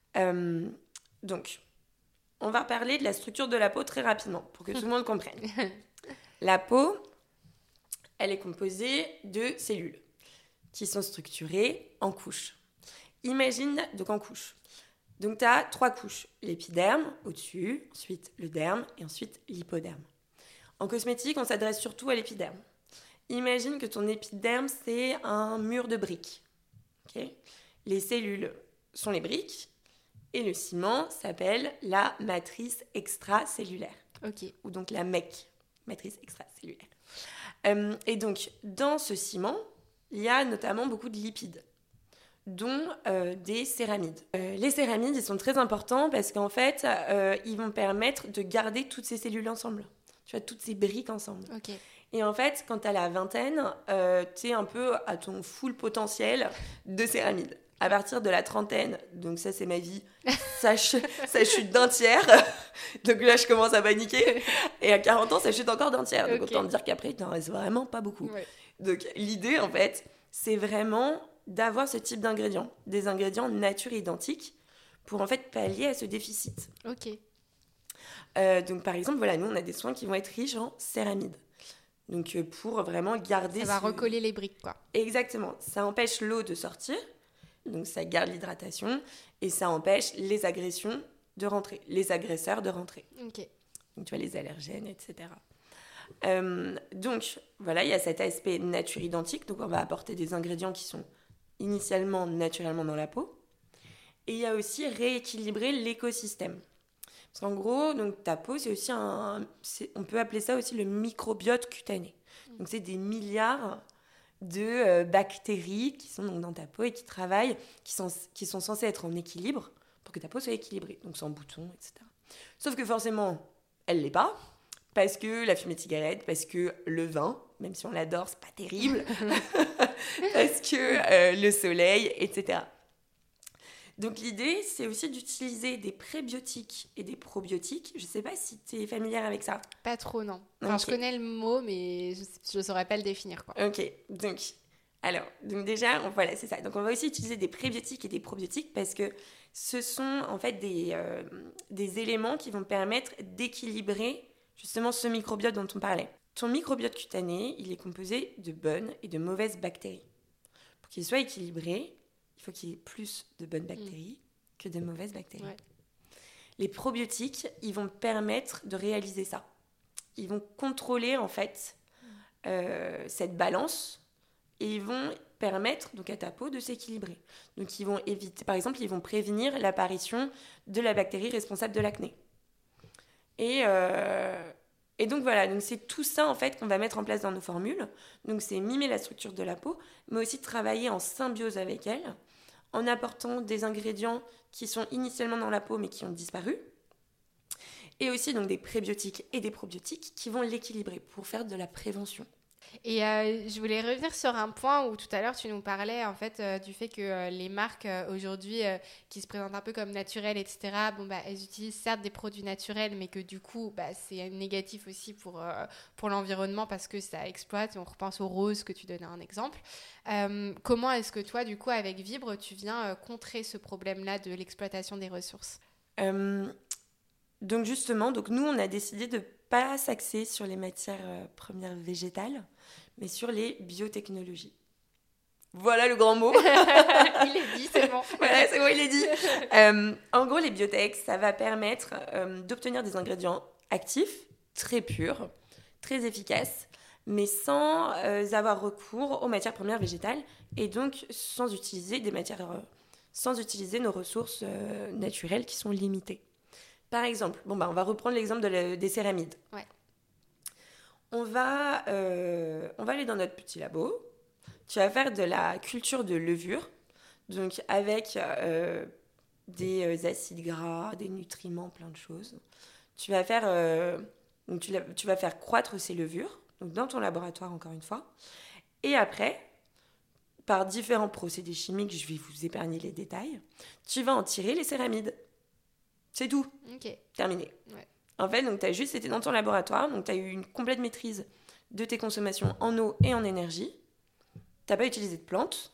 [SPEAKER 1] donc, on va parler de la structure de la peau très rapidement pour que tout le monde comprenne. La peau, elle est composée de cellules qui sont structurées en couches. Imagine, donc en couches. Donc, tu as 3 couches. L'épiderme, au-dessus, ensuite le derme et ensuite l'hypoderme. En cosmétique, on s'adresse surtout à l'épiderme. Imagine que ton épiderme, c'est un mur de briques. Okay? Les cellules sont les briques et le ciment s'appelle la matrice extracellulaire.
[SPEAKER 2] Ok.
[SPEAKER 1] Ou donc la MEC, matrice extracellulaire. Et donc, dans ce ciment, il y a notamment beaucoup de lipides, dont des céramides. Les céramides, ils sont très importants parce qu'en fait, ils vont permettre de garder toutes ces cellules ensemble. Tu vois, toutes ces briques ensemble.
[SPEAKER 2] Ok.
[SPEAKER 1] Et en fait, quand t'as la vingtaine, t'es un peu à ton full potentiel de céramides. À partir de la trentaine, donc ça c'est ma vie, ça chute d'un tiers. Donc là, je commence à paniquer. Et à 40 ans, ça chute encore d'un tiers. Donc autant te dire qu'après, il t'en reste vraiment pas beaucoup. Ouais. Donc l'idée, en fait, c'est vraiment d'avoir ce type d'ingrédients. Des ingrédients nature identiques pour en fait pallier à ce déficit.
[SPEAKER 2] Ok.
[SPEAKER 1] Donc par exemple, voilà, nous on a des soins qui vont être riches en céramides. Donc pour vraiment garder...
[SPEAKER 2] Ça va recoller les briques, quoi.
[SPEAKER 1] Exactement. Ça empêche l'eau de sortir, donc ça garde l'hydratation, et ça empêche les agressions de rentrer, les agresseurs de rentrer.
[SPEAKER 2] Ok.
[SPEAKER 1] Donc tu vois, les allergènes, etc. Donc voilà, il y a cet aspect nature identique, donc on va apporter des ingrédients qui sont initialement naturellement dans la peau. Et il y a aussi rééquilibrer l'écosystème. Parce qu'en gros, donc, ta peau, c'est aussi on peut appeler ça aussi le microbiote cutané. Donc, c'est des milliards de bactéries qui sont donc dans ta peau et qui travaillent, qui sont censées être en équilibre pour que ta peau soit équilibrée. Donc, sans boutons, etc. Sauf que forcément, elle ne l'est pas. Parce que la fumée de cigarette, parce que le vin, même si on l'adore, c'est pas terrible. Parce que le soleil, etc. Donc l'idée, c'est aussi d'utiliser des prébiotiques et des probiotiques. Je ne sais pas si tu es familière avec ça.
[SPEAKER 2] Pas trop, non. Enfin, okay. Je connais le mot, mais je ne saurais pas le définir, quoi.
[SPEAKER 1] Ok, donc Alors, donc déjà, voilà, c'est ça. Donc, on va aussi utiliser des prébiotiques et des probiotiques parce que ce sont en fait des éléments qui vont permettre d'équilibrer justement ce microbiote dont on parlait. Ton microbiote cutané, il est composé de bonnes et de mauvaises bactéries. Pour qu'il soit équilibré, il faut qu'il y ait plus de bonnes bactéries que de mauvaises bactéries. Ouais. Les probiotiques, ils vont permettre de réaliser ça. Ils vont contrôler en fait cette balance et ils vont permettre donc à ta peau de s'équilibrer. Donc ils vont éviter, par exemple, ils vont prévenir l'apparition de la bactérie responsable de l'acné. Et donc voilà, donc c'est tout ça en fait qu'on va mettre en place dans nos formules. Donc c'est mimer la structure de la peau, mais aussi travailler en symbiose avec elle, en apportant des ingrédients qui sont initialement dans la peau mais qui ont disparu. Et aussi donc des prébiotiques et des probiotiques qui vont l'équilibrer pour faire de la prévention.
[SPEAKER 2] Et je voulais revenir sur un point où tout à l'heure tu nous parlais en fait du fait que les marques aujourd'hui qui se présentent un peu comme naturelles, etc., elles utilisent certes des produits naturels, mais que du coup c'est négatif aussi pour l'environnement parce que ça exploite. On repense au rose que tu donnais un exemple. Comment est-ce que toi, du coup, avec Vibre, tu viens contrer ce problème-là de l'exploitation des ressources ?
[SPEAKER 1] Donc justement, nous on a décidé de pas s'axer sur les matières premières végétales, mais sur les biotechnologies. Voilà le grand mot.
[SPEAKER 2] Il est dit, c'est bon.
[SPEAKER 1] Voilà, c'est bon, il est dit. En gros, les biotech, ça va permettre d'obtenir des ingrédients actifs, très purs, très efficaces, mais sans avoir recours aux matières premières végétales et donc sans utiliser nos ressources naturelles qui sont limitées. Par exemple, on va reprendre l'exemple des céramides.
[SPEAKER 2] Ouais.
[SPEAKER 1] On va aller dans notre petit labo. Tu vas faire de la culture de levure, donc avec des acides gras, des nutriments, plein de choses. Tu vas faire croître ces levures, donc dans ton laboratoire encore une fois. Et après, par différents procédés chimiques, je vais vous épargner les détails, tu vas en tirer les céramides. C'est tout.
[SPEAKER 2] Ok.
[SPEAKER 1] Terminé.
[SPEAKER 2] Ouais.
[SPEAKER 1] En fait, donc tu as juste été dans ton laboratoire, donc tu as eu une complète maîtrise de tes consommations en eau et en énergie. Tu n'as pas utilisé de plantes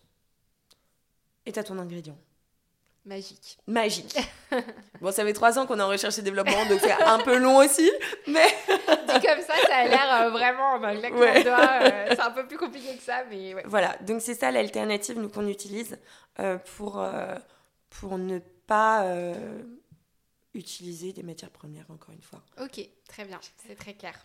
[SPEAKER 1] et tu as ton ingrédient.
[SPEAKER 2] Magique.
[SPEAKER 1] Bon, ça fait 3 ans qu'on est en recherche et développement, donc c'est un peu long aussi, mais...
[SPEAKER 2] Dit comme ça a l'air vraiment un claquement de doigts. C'est un peu plus compliqué que ça, mais ouais.
[SPEAKER 1] Voilà, donc c'est ça l'alternative nous, qu'on utilise pour ne pas... utiliser des matières premières, encore une fois.
[SPEAKER 2] Ok, très bien, c'est très clair.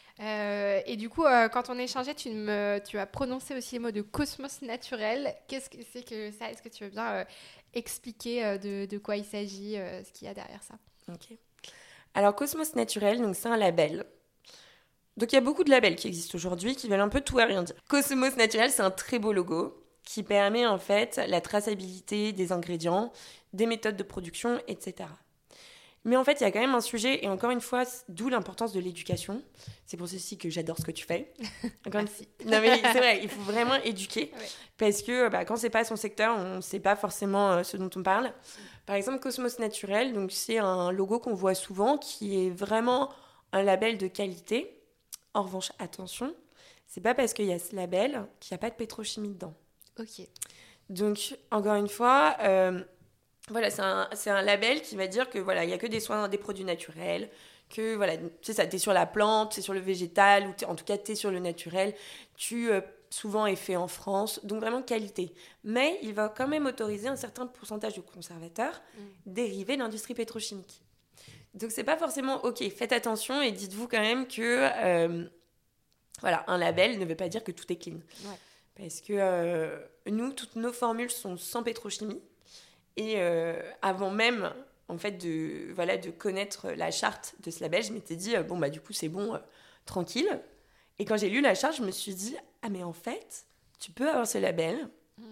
[SPEAKER 2] Et du coup, quand on échangeait, tu as prononcé aussi les mots de cosmos naturel. Qu'est-ce que c'est que ça ? Est-ce que tu veux bien expliquer de quoi il s'agit, ce qu'il y a derrière ça ?
[SPEAKER 1] Ok. Alors, Cosmos Naturel, donc c'est un label. Donc, il y a beaucoup de labels qui existent aujourd'hui qui veulent un peu tout et rien dire. Cosmos Naturel, c'est un très beau logo qui permet en fait la traçabilité des ingrédients, des méthodes de production, etc. Mais en fait, il y a quand même un sujet, et encore une fois, d'où l'importance de l'éducation. C'est pour ceci que j'adore ce que tu fais.
[SPEAKER 2] Merci.
[SPEAKER 1] Non mais c'est vrai, il faut vraiment éduquer,
[SPEAKER 2] ouais.
[SPEAKER 1] Parce que quand c'est pas son secteur, on ne sait pas forcément ce dont on parle. Par exemple, Cosmos Naturel, donc c'est un logo qu'on voit souvent, qui est vraiment un label de qualité. En revanche, attention, c'est pas parce qu'il y a ce label qu'il n'y a pas de pétrochimie dedans.
[SPEAKER 2] Ok.
[SPEAKER 1] Donc, encore une fois... Voilà, c'est un label qui va dire que voilà, il n'y a que des soins, des produits naturels, que voilà, c'est ça, t'es sur la plante, c'est sur le végétal, ou en tout cas t'es sur le naturel, souvent est fait en France, donc vraiment qualité. Mais il va quand même autoriser un certain pourcentage de conservateurs dérivés de l'industrie pétrochimique. Donc c'est pas forcément ok, faites attention et dites-vous quand même que voilà, un label ne veut pas dire que tout est clean.
[SPEAKER 2] Ouais.
[SPEAKER 1] Parce que nous, toutes nos formules sont sans pétrochimie. Et avant même en fait, de connaître la charte de ce label, je m'étais dit, du coup, c'est bon, tranquille. Et quand j'ai lu la charte, je me suis dit, ah, mais en fait, tu peux avoir ce label.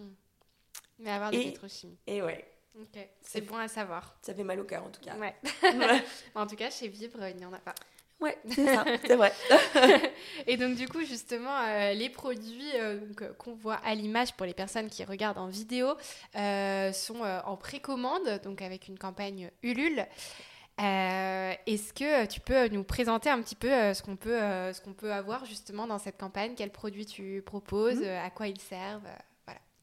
[SPEAKER 2] Mais avoir des pétrochimies.
[SPEAKER 1] Et ouais.
[SPEAKER 2] Ok, c'est bon à savoir.
[SPEAKER 1] Ça fait mal au cœur, en tout cas.
[SPEAKER 2] Ouais. En tout cas, chez Vibre, il n'y en a pas.
[SPEAKER 1] Ouais, c'est ça, c'est vrai.
[SPEAKER 2] Et donc, du coup, justement, les produits qu'on voit à l'image pour les personnes qui regardent en vidéo sont en précommande, donc avec une campagne Ulule. Est-ce que tu peux nous présenter un petit peu ce qu'on peut avoir justement dans cette campagne ? Quels produits tu proposes ? À quoi ils servent ?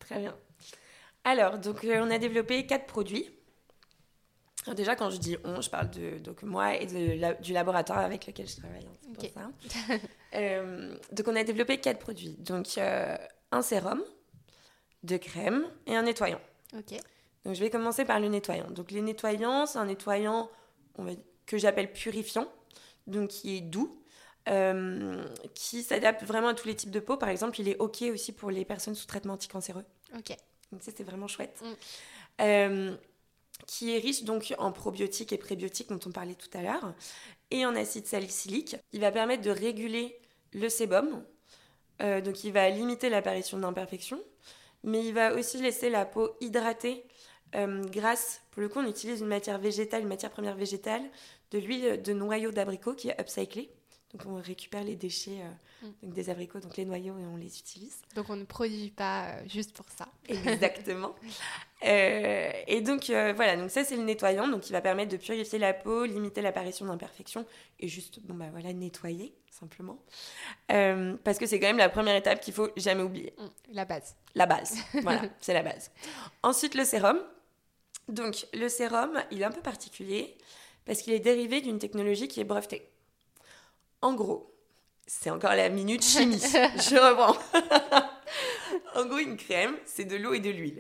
[SPEAKER 1] Très bien. Alors, donc, on a développé 4 produits. Alors déjà, quand je dis on, je parle de donc, moi et du laboratoire avec lequel je travaille. Hein, c'est pour ça. Donc, on a développé 4 produits. Donc, un sérum, 2 crèmes et un nettoyant.
[SPEAKER 2] Ok.
[SPEAKER 1] Donc, je vais commencer par le nettoyant. Donc, les nettoyants, c'est un nettoyant que j'appelle purifiant, donc qui est doux, qui s'adapte vraiment à tous les types de peau. Par exemple, il est OK aussi pour les personnes sous traitement anticancéreux.
[SPEAKER 2] Ok.
[SPEAKER 1] Donc, ça, c'est vraiment chouette. Qui est riche donc en probiotiques et prébiotiques dont on parlait tout à l'heure, et en acide salicylique. Il va permettre de réguler le sébum, donc il va limiter l'apparition d'imperfections, mais il va aussi laisser la peau hydratée grâce, pour le coup on utilise une matière végétale, une matière première végétale, de l'huile de noyau d'abricot qui est upcyclée. Donc on récupère les déchets donc des abricots, donc les noyaux, et on les utilise.
[SPEAKER 2] Donc on ne produit pas juste pour ça.
[SPEAKER 1] Exactement. Et donc voilà, donc ça c'est le nettoyant, donc il va permettre de purifier la peau, limiter l'apparition d'imperfections et juste nettoyer simplement. Parce que c'est quand même la première étape qu'il faut jamais oublier.
[SPEAKER 2] La base.
[SPEAKER 1] La base, voilà, c'est la base. Ensuite le sérum. Donc le sérum, il est un peu particulier parce qu'il est dérivé d'une technologie qui est brevetée. En gros, c'est encore la minute chimie. Je reprends. En gros, une crème, c'est de l'eau et de l'huile.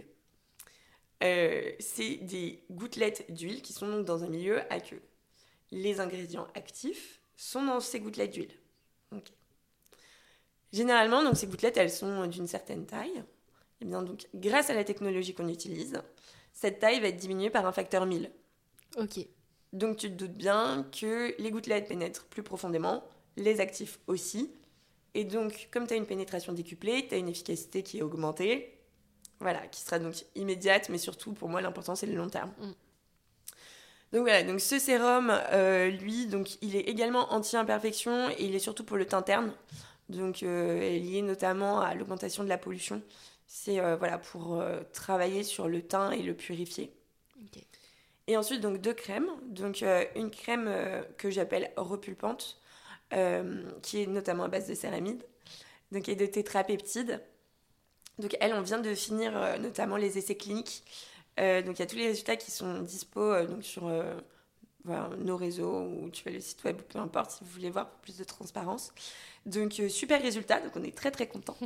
[SPEAKER 1] C'est des gouttelettes d'huile qui sont donc dans un milieu aqueux. Les ingrédients actifs sont dans ces gouttelettes d'huile. Okay. Généralement, donc, ces gouttelettes, elles sont d'une certaine taille. Et bien, donc, grâce à la technologie qu'on utilise, cette taille va être diminuée par un facteur 1000.
[SPEAKER 2] Ok.
[SPEAKER 1] Donc, tu te doutes bien que les gouttelettes pénètrent plus profondément, les actifs aussi. Et donc, comme tu as une pénétration décuplée, tu as une efficacité qui est augmentée, voilà, qui sera donc immédiate, mais surtout, pour moi, l'important, c'est le long terme. Donc voilà, donc ce sérum, lui, donc, il est également anti-imperfection et il est surtout pour le teint terne, donc lié notamment à l'augmentation de la pollution. C'est pour travailler sur le teint et le purifier.
[SPEAKER 2] Okay.
[SPEAKER 1] Et ensuite, donc 2 crèmes. Donc une crème que j'appelle repulpante, qui est notamment à base de céramide, donc, et de tétrapeptides. Donc elle, on vient de finir notamment les essais cliniques. Donc il y a tous les résultats qui sont dispo donc sur nos réseaux ou tu vois le site web, peu importe si vous voulez voir pour plus de transparence. Donc super résultat, donc on est très très contents.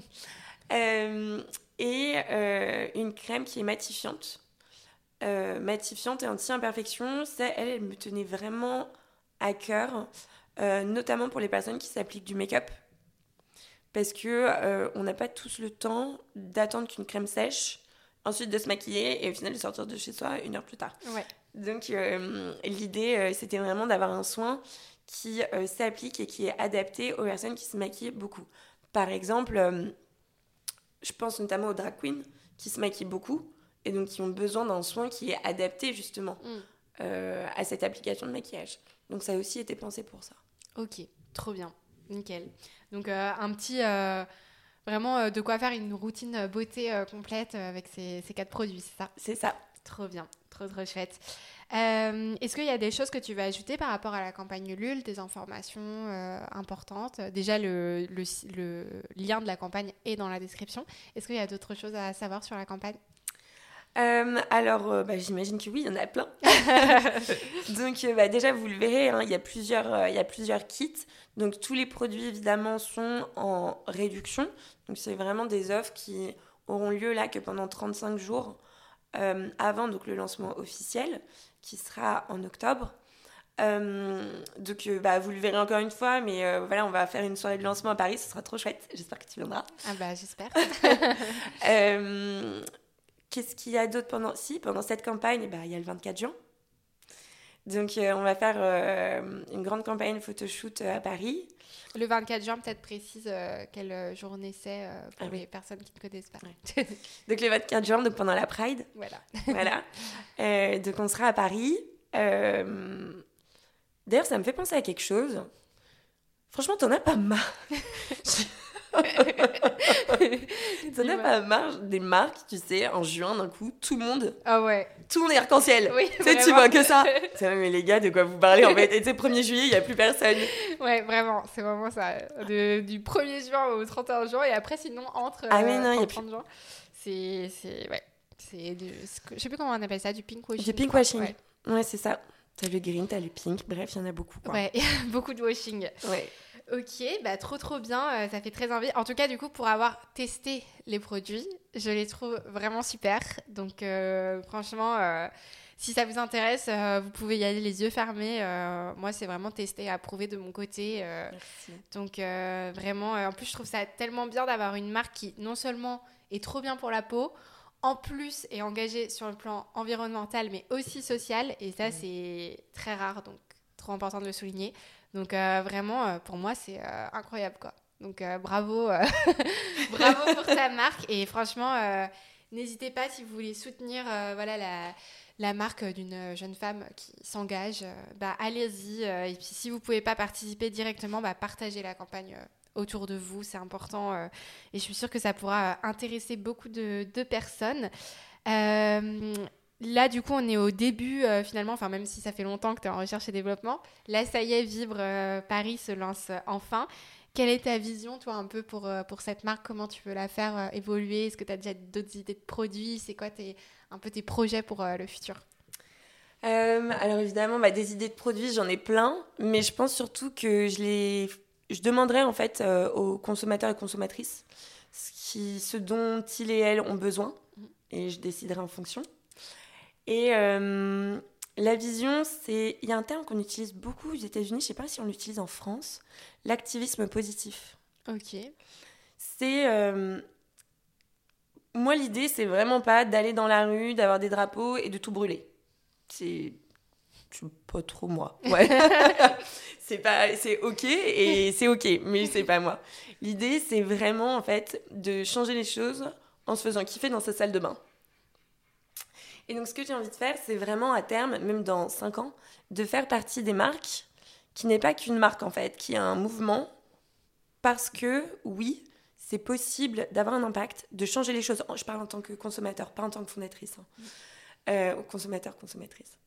[SPEAKER 1] Et une crème qui est matifiante. Matifiante et anti-imperfection, ça, elle me tenait vraiment à cœur, notamment pour les personnes qui s'appliquent du make-up. Parce que on n'a pas tous le temps d'attendre qu'une crème sèche, ensuite de se maquiller et au final de sortir de chez soi 1 heure plus tard.
[SPEAKER 2] Ouais.
[SPEAKER 1] Donc l'idée, c'était vraiment d'avoir un soin qui s'applique et qui est adapté aux personnes qui se maquillent beaucoup. Par exemple, je pense notamment aux drag queens qui se maquillent beaucoup et donc qui ont besoin d'un soin qui est adapté justement à cette application de maquillage. Donc ça a aussi été pensé pour ça.
[SPEAKER 2] Ok, trop bien, nickel. Donc un petit... Vraiment de quoi faire une routine beauté complète avec ces 4 produits, c'est ça ?
[SPEAKER 1] C'est ça.
[SPEAKER 2] Trop bien, trop chouette. Est-ce qu'il y a des choses que tu veux ajouter par rapport à la campagne Ulule, des informations importantes ? Déjà, le lien de la campagne est dans la description. Est-ce qu'il y a d'autres choses à savoir sur la campagne ?
[SPEAKER 1] Alors, j'imagine que oui, il y en a plein. Donc, déjà, vous le verrez, hein, il y a plusieurs kits. Donc, tous les produits, évidemment, sont en réduction. Donc, c'est vraiment des offres qui auront lieu là que pendant 35 jours avant donc, le lancement officiel, qui sera en octobre. Donc, vous le verrez encore une fois, mais on va faire une soirée de lancement à Paris, ce sera trop chouette. J'espère que tu viendras.
[SPEAKER 2] Ah j'espère.
[SPEAKER 1] Qu'est-ce qu'il y a d'autre pendant cette campagne, il y a le 24 juin. Donc, on va faire une grande campagne photoshoot à Paris.
[SPEAKER 2] Le 24 juin, peut-être précise quelle journée c'est pour les personnes qui ne connaissent pas.
[SPEAKER 1] Ouais. Donc, le 24 juin, donc pendant la Pride. Voilà. Donc, on sera à Paris. D'ailleurs, ça me fait penser à quelque chose. Franchement, t'en as pas marre. T'en as pas marre des marques, tu sais, en juin, d'un coup, tout le monde...
[SPEAKER 2] Ah ouais.
[SPEAKER 1] Tout le monde est arc-en-ciel.
[SPEAKER 2] Oui,
[SPEAKER 1] tu sais, tu vois que ça. Mais les gars, de quoi vous parlez en fait ? Et tu sais, 1er juillet, il n'y a plus personne.
[SPEAKER 2] Ouais, vraiment, c'est vraiment ça. Du 1er juin au 31 juin, et après, sinon, entre
[SPEAKER 1] il y a
[SPEAKER 2] 30 juin. Ouais. Je sais plus comment on appelle ça, du pinkwashing.
[SPEAKER 1] Du pinkwashing. Ouais, c'est ça. T'as le green, t'as le pink, bref, il y en a beaucoup. Quoi.
[SPEAKER 2] Ouais, il y a beaucoup de washing.
[SPEAKER 1] Ouais.
[SPEAKER 2] Ok, trop bien, ça fait très envie. En tout cas, du coup, pour avoir testé les produits, je les trouve vraiment super. Donc, franchement, si ça vous intéresse, vous pouvez y aller les yeux fermés. Moi, c'est vraiment testé et approuvé de mon côté.
[SPEAKER 1] Merci.
[SPEAKER 2] Donc, vraiment, en plus, je trouve ça tellement bien d'avoir une marque qui, non seulement est trop bien pour la peau, en plus est engagée sur le plan environnemental, mais aussi social. Et ça, c'est très rare, donc trop important de le souligner. Donc vraiment, pour moi, c'est incroyable, quoi. Donc bravo, bravo pour ta marque. Et franchement, n'hésitez pas si vous voulez soutenir la marque d'une jeune femme qui s'engage, allez-y. Et puis si vous pouvez pas participer directement, partagez la campagne autour de vous, c'est important. Et je suis sûre que ça pourra intéresser beaucoup de personnes. Là, du coup, on est au début, finalement, enfin, même si ça fait longtemps que tu es en recherche et développement. Là, ça y est, Vibre Paris se lance enfin. Quelle est ta vision, toi, un peu pour cette marque? Comment tu veux la faire évoluer? Est-ce que tu as déjà d'autres idées de produits? C'est quoi un peu tes projets pour le futur?
[SPEAKER 1] Alors, évidemment, des idées de produits, j'en ai plein. Mais je pense surtout que je demanderai, en fait, aux consommateurs et consommatrices ce dont ils et elles ont besoin. Et je déciderai en fonction. Et la vision, il y a un terme qu'on utilise beaucoup aux États-Unis, je ne sais pas si on l'utilise en France, l'activisme positif.
[SPEAKER 2] Ok.
[SPEAKER 1] Moi, l'idée, c'est vraiment pas d'aller dans la rue, d'avoir des drapeaux et de tout brûler. C'est pas trop moi. Ouais. C'est ok et c'est ok, mais c'est pas moi. L'idée, c'est vraiment, en fait, de changer les choses en se faisant kiffer dans sa salle de bain. Et donc, ce que j'ai envie de faire, c'est vraiment à terme, même dans 5 ans, de faire partie des marques qui n'est pas qu'une marque, en fait, qui a un mouvement. Parce que, oui, c'est possible d'avoir un impact, de changer les choses. Je parle en tant que consommateur, pas en tant que fondatrice. Consommateur, consommatrice.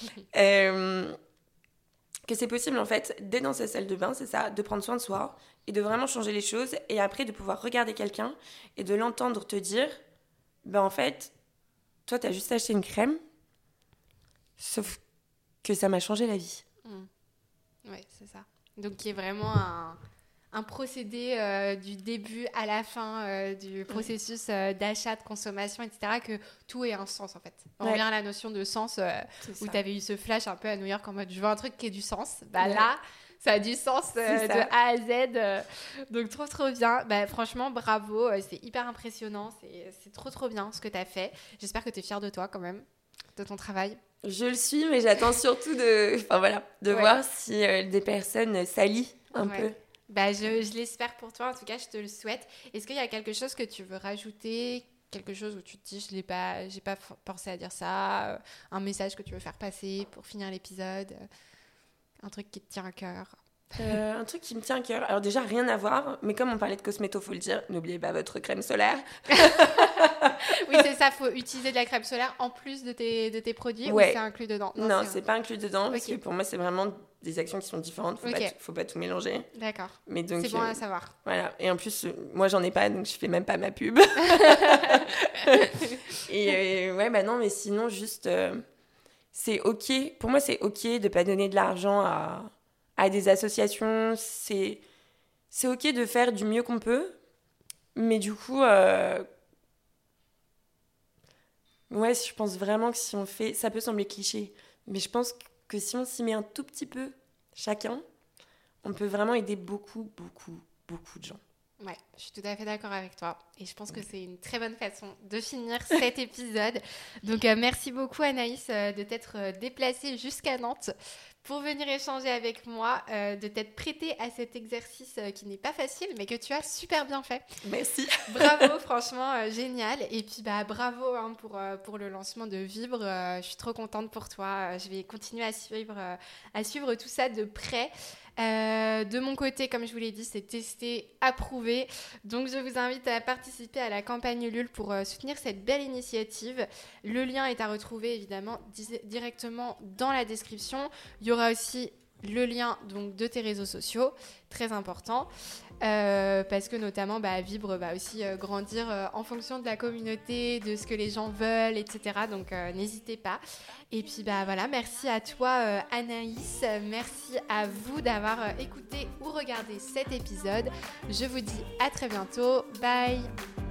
[SPEAKER 1] Que c'est possible, en fait, dès dans sa salle de bain, c'est ça, de prendre soin de soi et de vraiment changer les choses. Et après, de pouvoir regarder quelqu'un et de l'entendre te dire, en fait... Toi, t'as juste acheté une crème, sauf que ça m'a changé la vie.
[SPEAKER 2] Oui, c'est ça. Donc, qui est vraiment un procédé du début à la fin du processus d'achat, de consommation, etc., que tout ait un sens, en fait. On revient à la notion de sens où tu avais eu ce flash un peu à New York en mode « je veux un truc qui ait du sens ». Là, ça a du sens de A à Z. Donc, trop bien. Franchement, bravo. C'est hyper impressionnant. C'est trop bien ce que tu as fait. J'espère que tu es fière de toi quand même, de ton travail.
[SPEAKER 1] Je le suis, mais j'attends surtout de voir si des personnes s'allient un peu.
[SPEAKER 2] Je l'espère pour toi. En tout cas, je te le souhaite. Est-ce qu'il y a quelque chose que tu veux rajouter? Quelque chose où tu te dis, j'ai pas pensé à dire ça? Un message que tu veux faire passer pour finir l'épisode? Un truc qui te tient à cœur?
[SPEAKER 1] Un truc qui me tient à cœur. Alors déjà, rien à voir, mais comme on parlait de cosméto, faut le dire, n'oubliez pas votre crème solaire.
[SPEAKER 2] Oui, c'est ça, faut utiliser de la crème solaire en plus de tes produits ou c'est inclus dedans?
[SPEAKER 1] Non, c'est pas inclus dedans, parce que pour moi, c'est vraiment des actions qui sont différentes, faut pas tout mélanger.
[SPEAKER 2] D'accord,
[SPEAKER 1] mais donc,
[SPEAKER 2] c'est bon à savoir.
[SPEAKER 1] Voilà, et en plus, moi, j'en ai pas, donc je fais même pas ma pub. Et non, mais sinon, juste... c'est ok, pour moi c'est ok de pas donner de l'argent à des associations, c'est ok de faire du mieux qu'on peut, mais du coup, je pense vraiment que si on fait, ça peut sembler cliché, mais je pense que si on s'y met un tout petit peu chacun, on peut vraiment aider beaucoup de gens.
[SPEAKER 2] Ouais, je suis tout à fait d'accord avec toi et je pense que c'est une très bonne façon de finir cet épisode. Donc merci beaucoup Anaïs de t'être déplacée jusqu'à Nantes pour venir échanger avec moi, de t'être prêtée à cet exercice qui n'est pas facile mais que tu as super bien fait.
[SPEAKER 1] Merci.
[SPEAKER 2] Bravo, franchement génial. Et puis bravo pour le lancement de Vibre. Je suis trop contente pour toi. Je vais continuer à suivre tout ça de près. De mon côté, comme je vous l'ai dit, c'est testé, approuvé. Donc je vous invite à participer à la campagne Ulule pour soutenir cette belle initiative. Le lien est à retrouver évidemment directement dans la description. Il y aura aussi le lien donc, de tes réseaux sociaux, très important, parce que notamment Vibre va aussi grandir en fonction de la communauté, de ce que les gens veulent, etc. Donc n'hésitez pas. Et puis voilà, merci à toi Anaïs, merci à vous d'avoir écouté ou regardé cet épisode. Je vous dis à très bientôt, bye.